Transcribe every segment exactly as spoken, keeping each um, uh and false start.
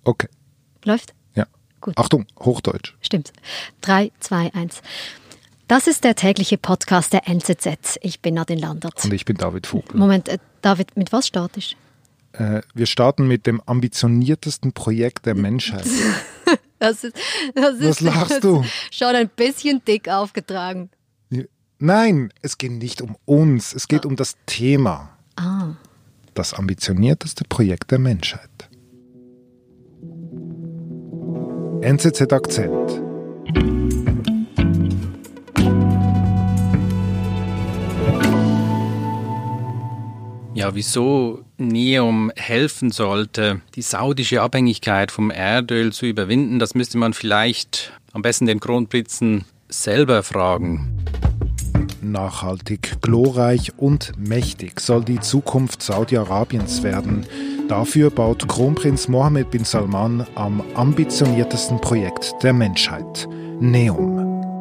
Okay. Läuft? Ja. Gut. Achtung, Hochdeutsch. Stimmt. drei, zwei, eins. Das ist der tägliche Podcast der N Z Z. Ich bin Nadine Landert. Und ich bin David Vogel. Moment, äh, David, mit was startest du? Äh, wir starten mit dem ambitioniertesten Projekt der Menschheit. Das ist, das ist, Was lachst du? Schon ein bisschen dick aufgetragen. Nein, es geht nicht um uns, es geht um das Thema. Ah. Das ambitionierteste Projekt der Menschheit. N Z Z Akzent. Ja, wieso NEOM helfen sollte, die saudische Abhängigkeit vom Erdöl zu überwinden, das müsste man vielleicht am besten den Kronprinzen selber fragen. Nachhaltig, glorreich und mächtig soll die Zukunft Saudi-Arabiens werden. Dafür baut Kronprinz Mohammed bin Salman am ambitioniertesten Projekt der Menschheit, NEOM.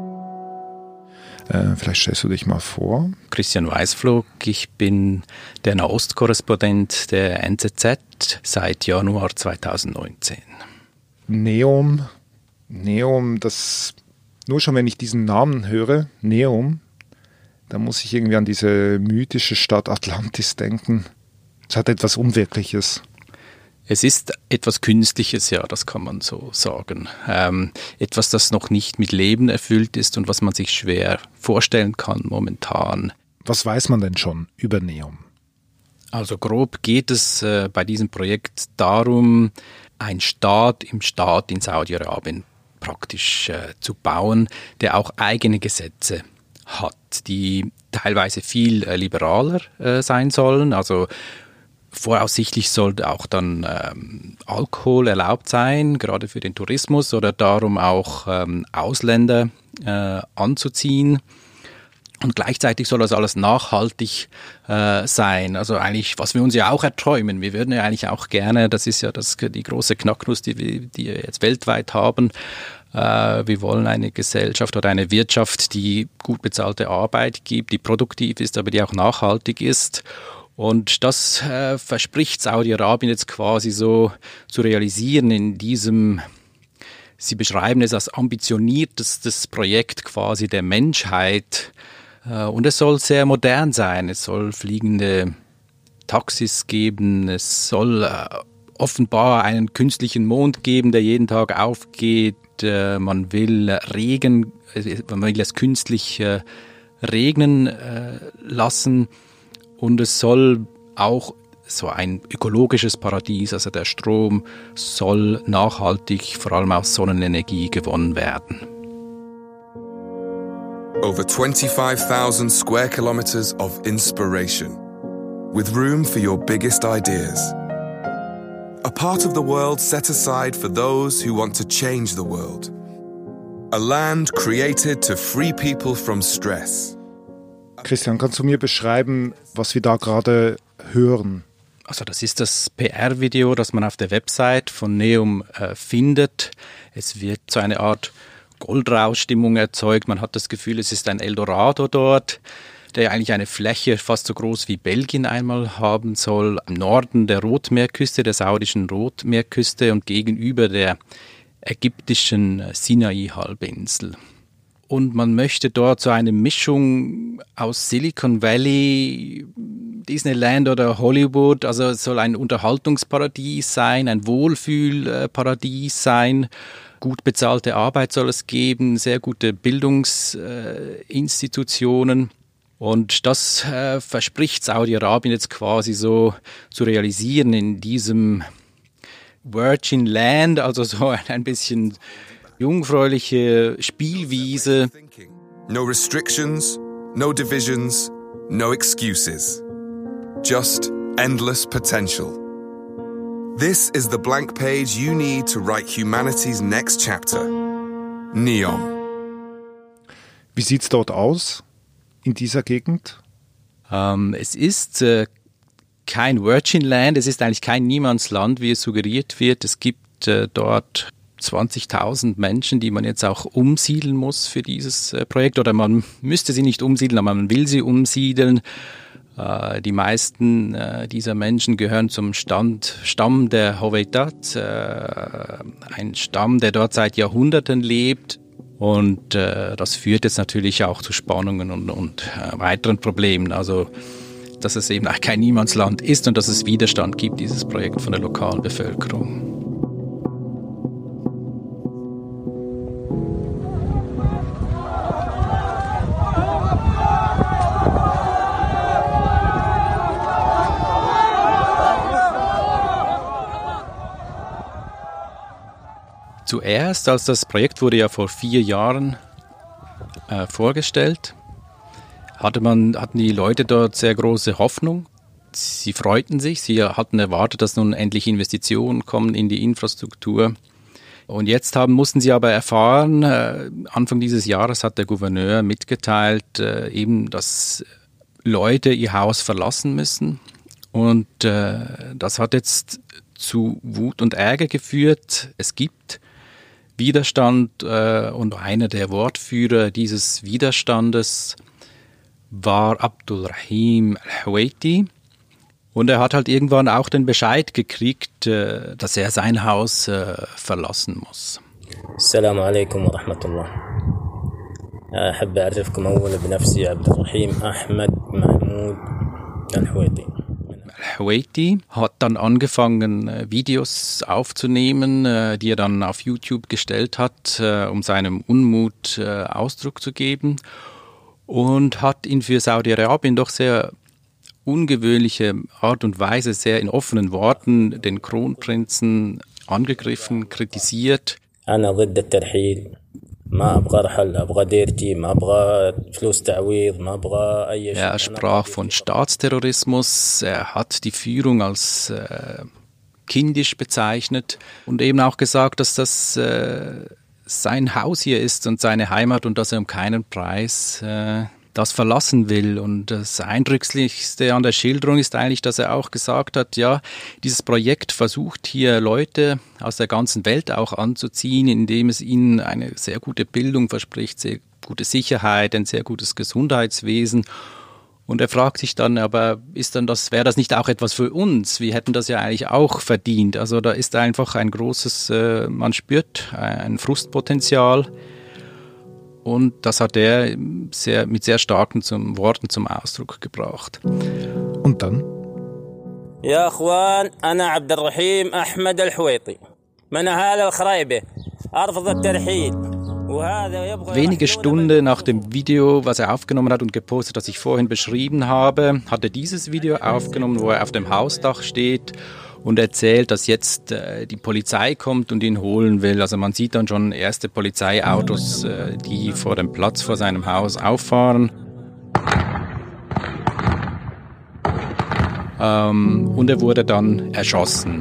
Äh, vielleicht stellst du dich mal vor. Christian Weißflog, ich bin der Nahostkorrespondent der N Z Z seit Januar zweitausendneunzehn. NEOM, NEOM, das, nur schon wenn ich diesen Namen höre, NEOM, da muss ich irgendwie an diese mythische Stadt Atlantis denken. Es hat etwas Unwirkliches. Es ist etwas Künstliches, ja, das kann man so sagen. Ähm, etwas, das noch nicht mit Leben erfüllt ist und was man sich schwer vorstellen kann momentan. Was weiß man denn schon über NEOM? Also grob geht es äh, bei diesem Projekt darum, einen Staat im Staat in Saudi-Arabien praktisch äh, zu bauen, der auch eigene Gesetze hat, die teilweise viel äh, liberaler äh, sein sollen. Also voraussichtlich sollte auch dann ähm, Alkohol erlaubt sein, gerade für den Tourismus, oder darum auch ähm, Ausländer äh, anzuziehen. Und gleichzeitig soll das alles nachhaltig äh, sein. Also eigentlich, was wir uns ja auch erträumen. Wir würden ja eigentlich auch gerne, das ist ja das, die große Knacknuss, die wir, die wir jetzt weltweit haben, äh, wir wollen eine Gesellschaft oder eine Wirtschaft, die gut bezahlte Arbeit gibt, die produktiv ist, aber die auch nachhaltig ist. Und das äh, verspricht Saudi-Arabien jetzt quasi so zu realisieren in diesem, sie beschreiben es als ambitioniertestes Projekt quasi der Menschheit. Äh, und es soll sehr modern sein, es soll fliegende Taxis geben, es soll äh, offenbar einen künstlichen Mond geben, der jeden Tag aufgeht. Äh, man will Regen, äh, man will es künstlich äh, regnen äh, lassen. Und es soll auch so ein ökologisches Paradies, also der Strom soll nachhaltig, vor allem aus Sonnenenergie, gewonnen werden. Over twenty-five thousand square kilometers of inspiration, with room for your biggest ideas. A part of the world set aside for those who want to change the world. A land created to free people from stress. Christian, kannst du mir beschreiben, was wir da gerade hören? Also das ist das P R-Video, das man auf der Website von NEOM äh, findet. Es wird so eine Art Goldrauschstimmung erzeugt. Man hat das Gefühl, es ist ein Eldorado dort, der eigentlich eine Fläche fast so groß wie Belgien einmal haben soll. Im Norden der Rotmeerküste, der saudischen Rotmeerküste und gegenüber der ägyptischen Sinai-Halbinsel. Und man möchte dort so eine Mischung aus Silicon Valley, Disneyland oder Hollywood, also es soll ein Unterhaltungsparadies sein, ein Wohlfühlparadies sein. Gut bezahlte Arbeit soll es geben, sehr gute Bildungsinstitutionen. Und das äh, verspricht Saudi-Arabien jetzt quasi so zu realisieren in diesem Virgin Land, also so ein bisschen jungfräuliche Spielwiese. No restrictions, no divisions, no excuses. Just endless potential. This is the blank page you need to write humanity's next chapter. NEOM. Wie sieht's dort aus, in dieser Gegend? Ähm, es ist äh, kein Virgin Land, es ist eigentlich kein Niemandsland, wie es suggeriert wird. Es gibt äh, dort zwanzigtausend Menschen, die man jetzt auch umsiedeln muss für dieses äh, Projekt. Oder man müsste sie nicht umsiedeln, aber man will sie umsiedeln. Äh, die meisten äh, dieser Menschen gehören zum Stand, Stamm der Hoveytat, äh, ein Stamm, der dort seit Jahrhunderten lebt. Und äh, das führt jetzt natürlich auch zu Spannungen und, und äh, weiteren Problemen. Also, dass es eben kein Niemandsland ist und dass es Widerstand gibt, dieses Projekt von der lokalen Bevölkerung. Zuerst, als das Projekt wurde ja vor vier Jahren äh, vorgestellt, hatte man, hatten die Leute dort sehr große Hoffnung. Sie freuten sich, sie hatten erwartet, dass nun endlich Investitionen kommen in die Infrastruktur. Und jetzt haben, mussten sie aber erfahren, äh, Anfang dieses Jahres hat der Gouverneur mitgeteilt, äh, eben, dass Leute ihr Haus verlassen müssen. Und äh, das hat jetzt zu Wut und Ärger geführt. Es gibt Widerstand äh, und einer der Wortführer dieses Widerstandes war Abdul Rahim Al-Huwaiti. Und er hat halt irgendwann auch den Bescheid gekriegt, äh, dass er sein Haus äh, verlassen muss. Assalamu alaikum wa rahmatullah. أحب أعرفكم أولا بنفسي عبد الرحيم أحمد محمود الحويطي. Al-Huwaiti hat dann angefangen, Videos aufzunehmen, die er dann auf YouTube gestellt hat, um seinem Unmut Ausdruck zu geben, und hat ihn für Saudi-Arabien doch sehr ungewöhnliche Art und Weise, sehr in offenen Worten, den Kronprinzen angegriffen, kritisiert. أنا ضد الترحيل. Er sprach von Staatsterrorismus, er hat die Führung als äh, kindisch bezeichnet und eben auch gesagt, dass das äh, sein Haus hier ist und seine Heimat und dass er um keinen Preis äh, das verlassen will. Und das Eindrücklichste an der Schilderung ist eigentlich, dass er auch gesagt hat, ja, dieses Projekt versucht hier Leute aus der ganzen Welt auch anzuziehen, indem es ihnen eine sehr gute Bildung verspricht, sehr gute Sicherheit, ein sehr gutes Gesundheitswesen. Und er fragt sich dann, aber ist dann das, wäre das nicht auch etwas für uns? Wir hätten das ja eigentlich auch verdient. Also da ist einfach ein großes, äh, man spürt ein Frustpotenzial. Und das hat er sehr, mit sehr starken zum, Worten zum Ausdruck gebracht. Und dann? Ja, Akhwan, ana Abd al-Rahim Ahmed al-Huwaiti. Man hala al-Khraibe. Arfad al-Tarhil. Wenige Stunden nach dem Video, was er aufgenommen hat und gepostet, das ich vorhin beschrieben habe, hat er dieses Video aufgenommen, wo er auf dem Hausdach steht und erzählt, dass jetzt äh, die Polizei kommt und ihn holen will. Also man sieht dann schon erste Polizeiautos, äh, die vor dem Platz vor seinem Haus auffahren. Ähm, und er wurde dann erschossen.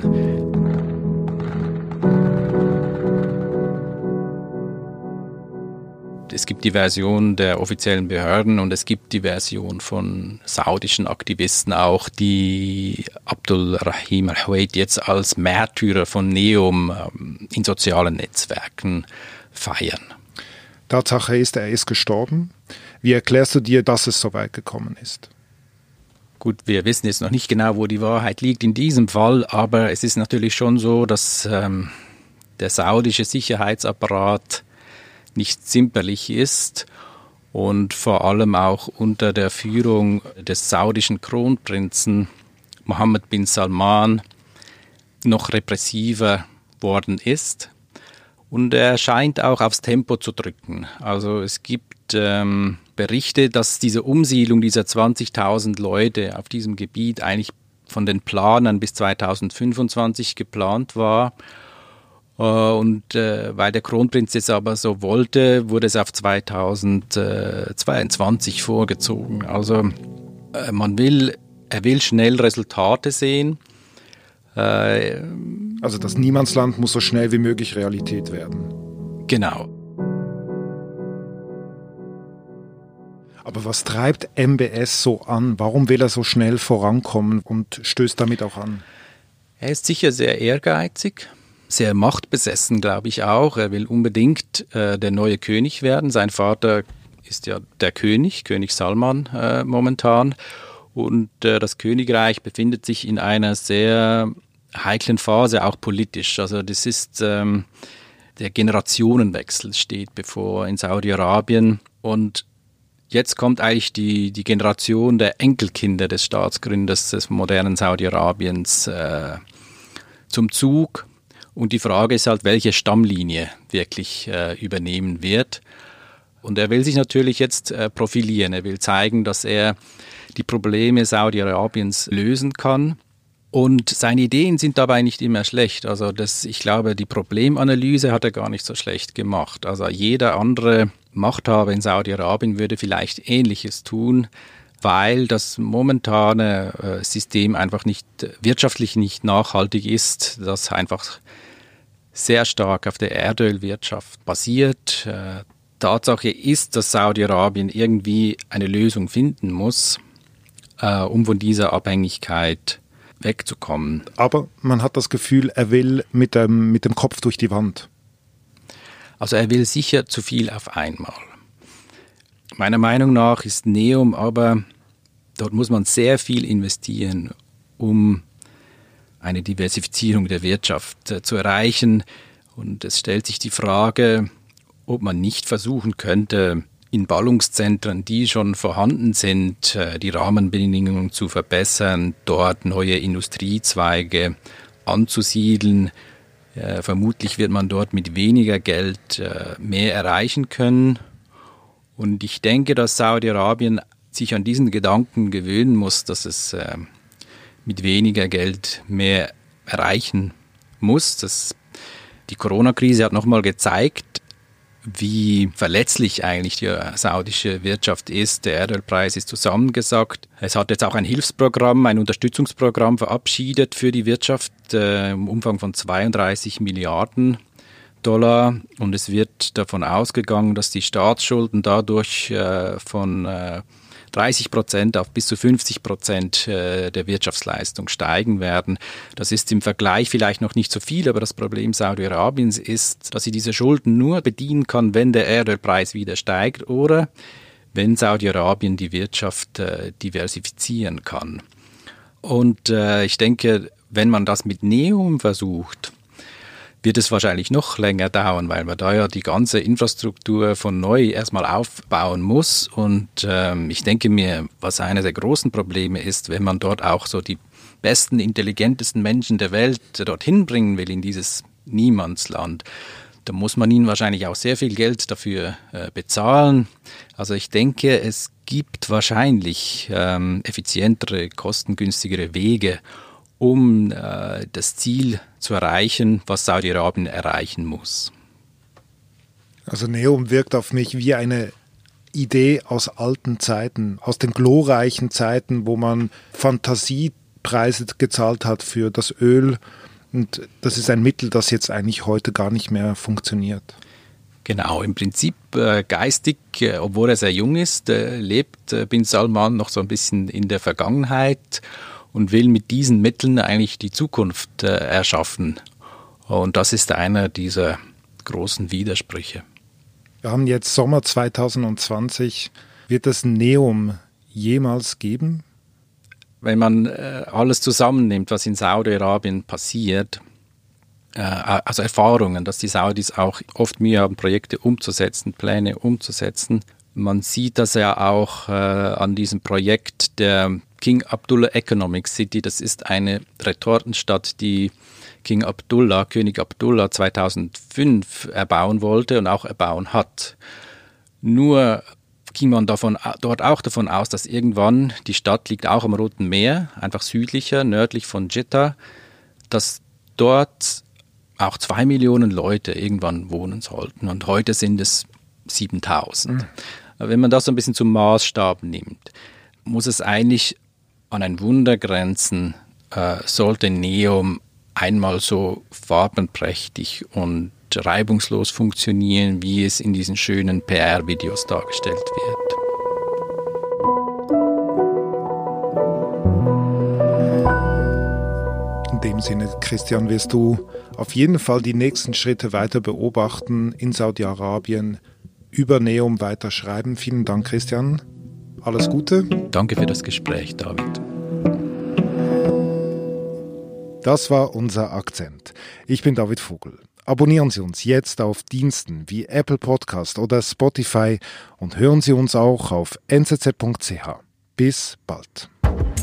Es gibt die Version der offiziellen Behörden und es gibt die Version von saudischen Aktivisten auch, die Abdul Rahim Al-Huwaiti jetzt als Märtyrer von Neom in sozialen Netzwerken feiern. Tatsache ist, er ist gestorben. Wie erklärst du dir, dass es so weit gekommen ist? Gut, wir wissen jetzt noch nicht genau, wo die Wahrheit liegt in diesem Fall, aber es ist natürlich schon so, dass ähm, der saudische Sicherheitsapparat nicht zimperlich ist und vor allem auch unter der Führung des saudischen Kronprinzen Mohammed bin Salman noch repressiver worden ist. Und er scheint auch aufs Tempo zu drücken. Also es gibt ähm, Berichte, dass diese Umsiedlung dieser zwanzigtausend Leute auf diesem Gebiet eigentlich von den Planern bis zweitausendfünfundzwanzig geplant war. Und äh, weil der Kronprinz es aber so wollte, wurde es auf zweitausendzweiundzwanzig vorgezogen. Also äh, man will, er will schnell Resultate sehen. Äh, also das Niemandsland muss so schnell wie möglich Realität werden. Genau. Aber was treibt M B S so an? Warum will er so schnell vorankommen und stößt damit auch an? Er ist sicher sehr ehrgeizig. Sehr machtbesessen, glaube ich auch. Er will unbedingt äh, der neue König werden. Sein Vater ist ja der König, König Salman äh, momentan. Und äh, das Königreich befindet sich in einer sehr heiklen Phase, auch politisch. Also das ist ähm, der Generationenwechsel steht bevor in Saudi-Arabien. Und jetzt kommt eigentlich die, die Generation der Enkelkinder des Staatsgründers des modernen Saudi-Arabiens äh, zum Zug. Und die Frage ist halt, welche Stammlinie wirklich äh, übernehmen wird. Und er will sich natürlich jetzt äh, profilieren. Er will zeigen, dass er die Probleme Saudi-Arabiens lösen kann. Und seine Ideen sind dabei nicht immer schlecht. Also das, ich glaube, die Problemanalyse hat er gar nicht so schlecht gemacht. Also jeder andere Machthaber in Saudi-Arabien würde vielleicht Ähnliches tun, weil das momentane System einfach nicht wirtschaftlich nicht nachhaltig ist, das einfach sehr stark auf der Erdölwirtschaft basiert. Tatsache ist, dass Saudi-Arabien irgendwie eine Lösung finden muss, um von dieser Abhängigkeit wegzukommen. Aber man hat das Gefühl, er will mit dem, mit dem Kopf durch die Wand. Also er will sicher zu viel auf einmal. Meiner Meinung nach ist NEOM aber, dort muss man sehr viel investieren, um eine Diversifizierung der Wirtschaft äh, zu erreichen. Und es stellt sich die Frage, ob man nicht versuchen könnte, in Ballungszentren, die schon vorhanden sind, äh, die Rahmenbedingungen zu verbessern, dort neue Industriezweige anzusiedeln. Äh, vermutlich wird man dort mit weniger Geld äh, mehr erreichen können. Und ich denke, dass Saudi-Arabien sich an diesen Gedanken gewöhnen muss, dass es äh, mit weniger Geld mehr erreichen muss. Das, die Corona-Krise hat nochmal gezeigt, wie verletzlich eigentlich die saudische Wirtschaft ist. Der Erdölpreis ist zusammengesackt. Es hat jetzt auch ein Hilfsprogramm, ein Unterstützungsprogramm verabschiedet für die Wirtschaft äh, im Umfang von zweiunddreißig Milliarden Dollar. Und es wird davon ausgegangen, dass die Staatsschulden dadurch äh, von äh, dreißig Prozent auf bis zu fünfzig Prozent der Wirtschaftsleistung steigen werden. Das ist im Vergleich vielleicht noch nicht so viel, aber das Problem Saudi-Arabiens ist, dass sie diese Schulden nur bedienen kann, wenn der Erdölpreis wieder steigt oder wenn Saudi-Arabien die Wirtschaft äh, diversifizieren kann. Und äh, ich denke, wenn man das mit NEOM versucht, wird es wahrscheinlich noch länger dauern, weil man da ja die ganze Infrastruktur von neu erstmal aufbauen muss. Und ähm, ich denke mir, was einer der großen Probleme ist, wenn man dort auch so die besten, intelligentesten Menschen der Welt dorthin bringen will, in dieses Niemandsland, da muss man ihnen wahrscheinlich auch sehr viel Geld dafür äh, bezahlen. Also ich denke, es gibt wahrscheinlich ähm, effizientere, kostengünstigere Wege, um äh, das Ziel zu erreichen, was Saudi-Arabien erreichen muss. Also NEOM wirkt auf mich wie eine Idee aus alten Zeiten, aus den glorreichen Zeiten, wo man Fantasiepreise gezahlt hat für das Öl. Und das ist ein Mittel, das jetzt eigentlich heute gar nicht mehr funktioniert. Genau, im Prinzip äh, geistig, äh, obwohl er sehr jung ist, äh, lebt äh, Bin Salman noch so ein bisschen in der Vergangenheit und will mit diesen Mitteln eigentlich die Zukunft äh, erschaffen. Und das ist einer dieser großen Widersprüche. Wir haben jetzt Sommer zwanzig zwanzig. Wird es NEOM jemals geben? Wenn man äh, alles zusammennimmt, was in Saudi-Arabien passiert, äh, also Erfahrungen, dass die Saudis auch oft Mühe haben, Projekte umzusetzen, Pläne umzusetzen. Man sieht das ja auch äh, an diesem Projekt der King Abdullah Economic City. Das ist eine Retortenstadt, die King Abdullah, König Abdullah zweitausendfünf erbauen wollte und auch erbauen hat. Nur ging man davon, dort auch davon aus, dass irgendwann, die Stadt liegt auch am Roten Meer, einfach südlicher, nördlich von Jeddah, dass dort auch zwei Millionen Leute irgendwann wohnen sollten. Und heute sind es siebentausend. Mhm. Wenn man das so ein bisschen zum Maßstab nimmt, muss es eigentlich an ein Wunder grenzen, äh, sollte NEOM einmal so farbenprächtig und reibungslos funktionieren, wie es in diesen schönen P R-Videos dargestellt wird. In dem Sinne, Christian, wirst du auf jeden Fall die nächsten Schritte weiter beobachten in Saudi-Arabien, über NEOM weiter schreiben. Vielen Dank, Christian. Alles Gute. Danke für das Gespräch, David. Das war unser Akzent. Ich bin David Vogel. Abonnieren Sie uns jetzt auf Diensten wie Apple Podcast oder Spotify und hören Sie uns auch auf n z z punkt c h. Bis bald.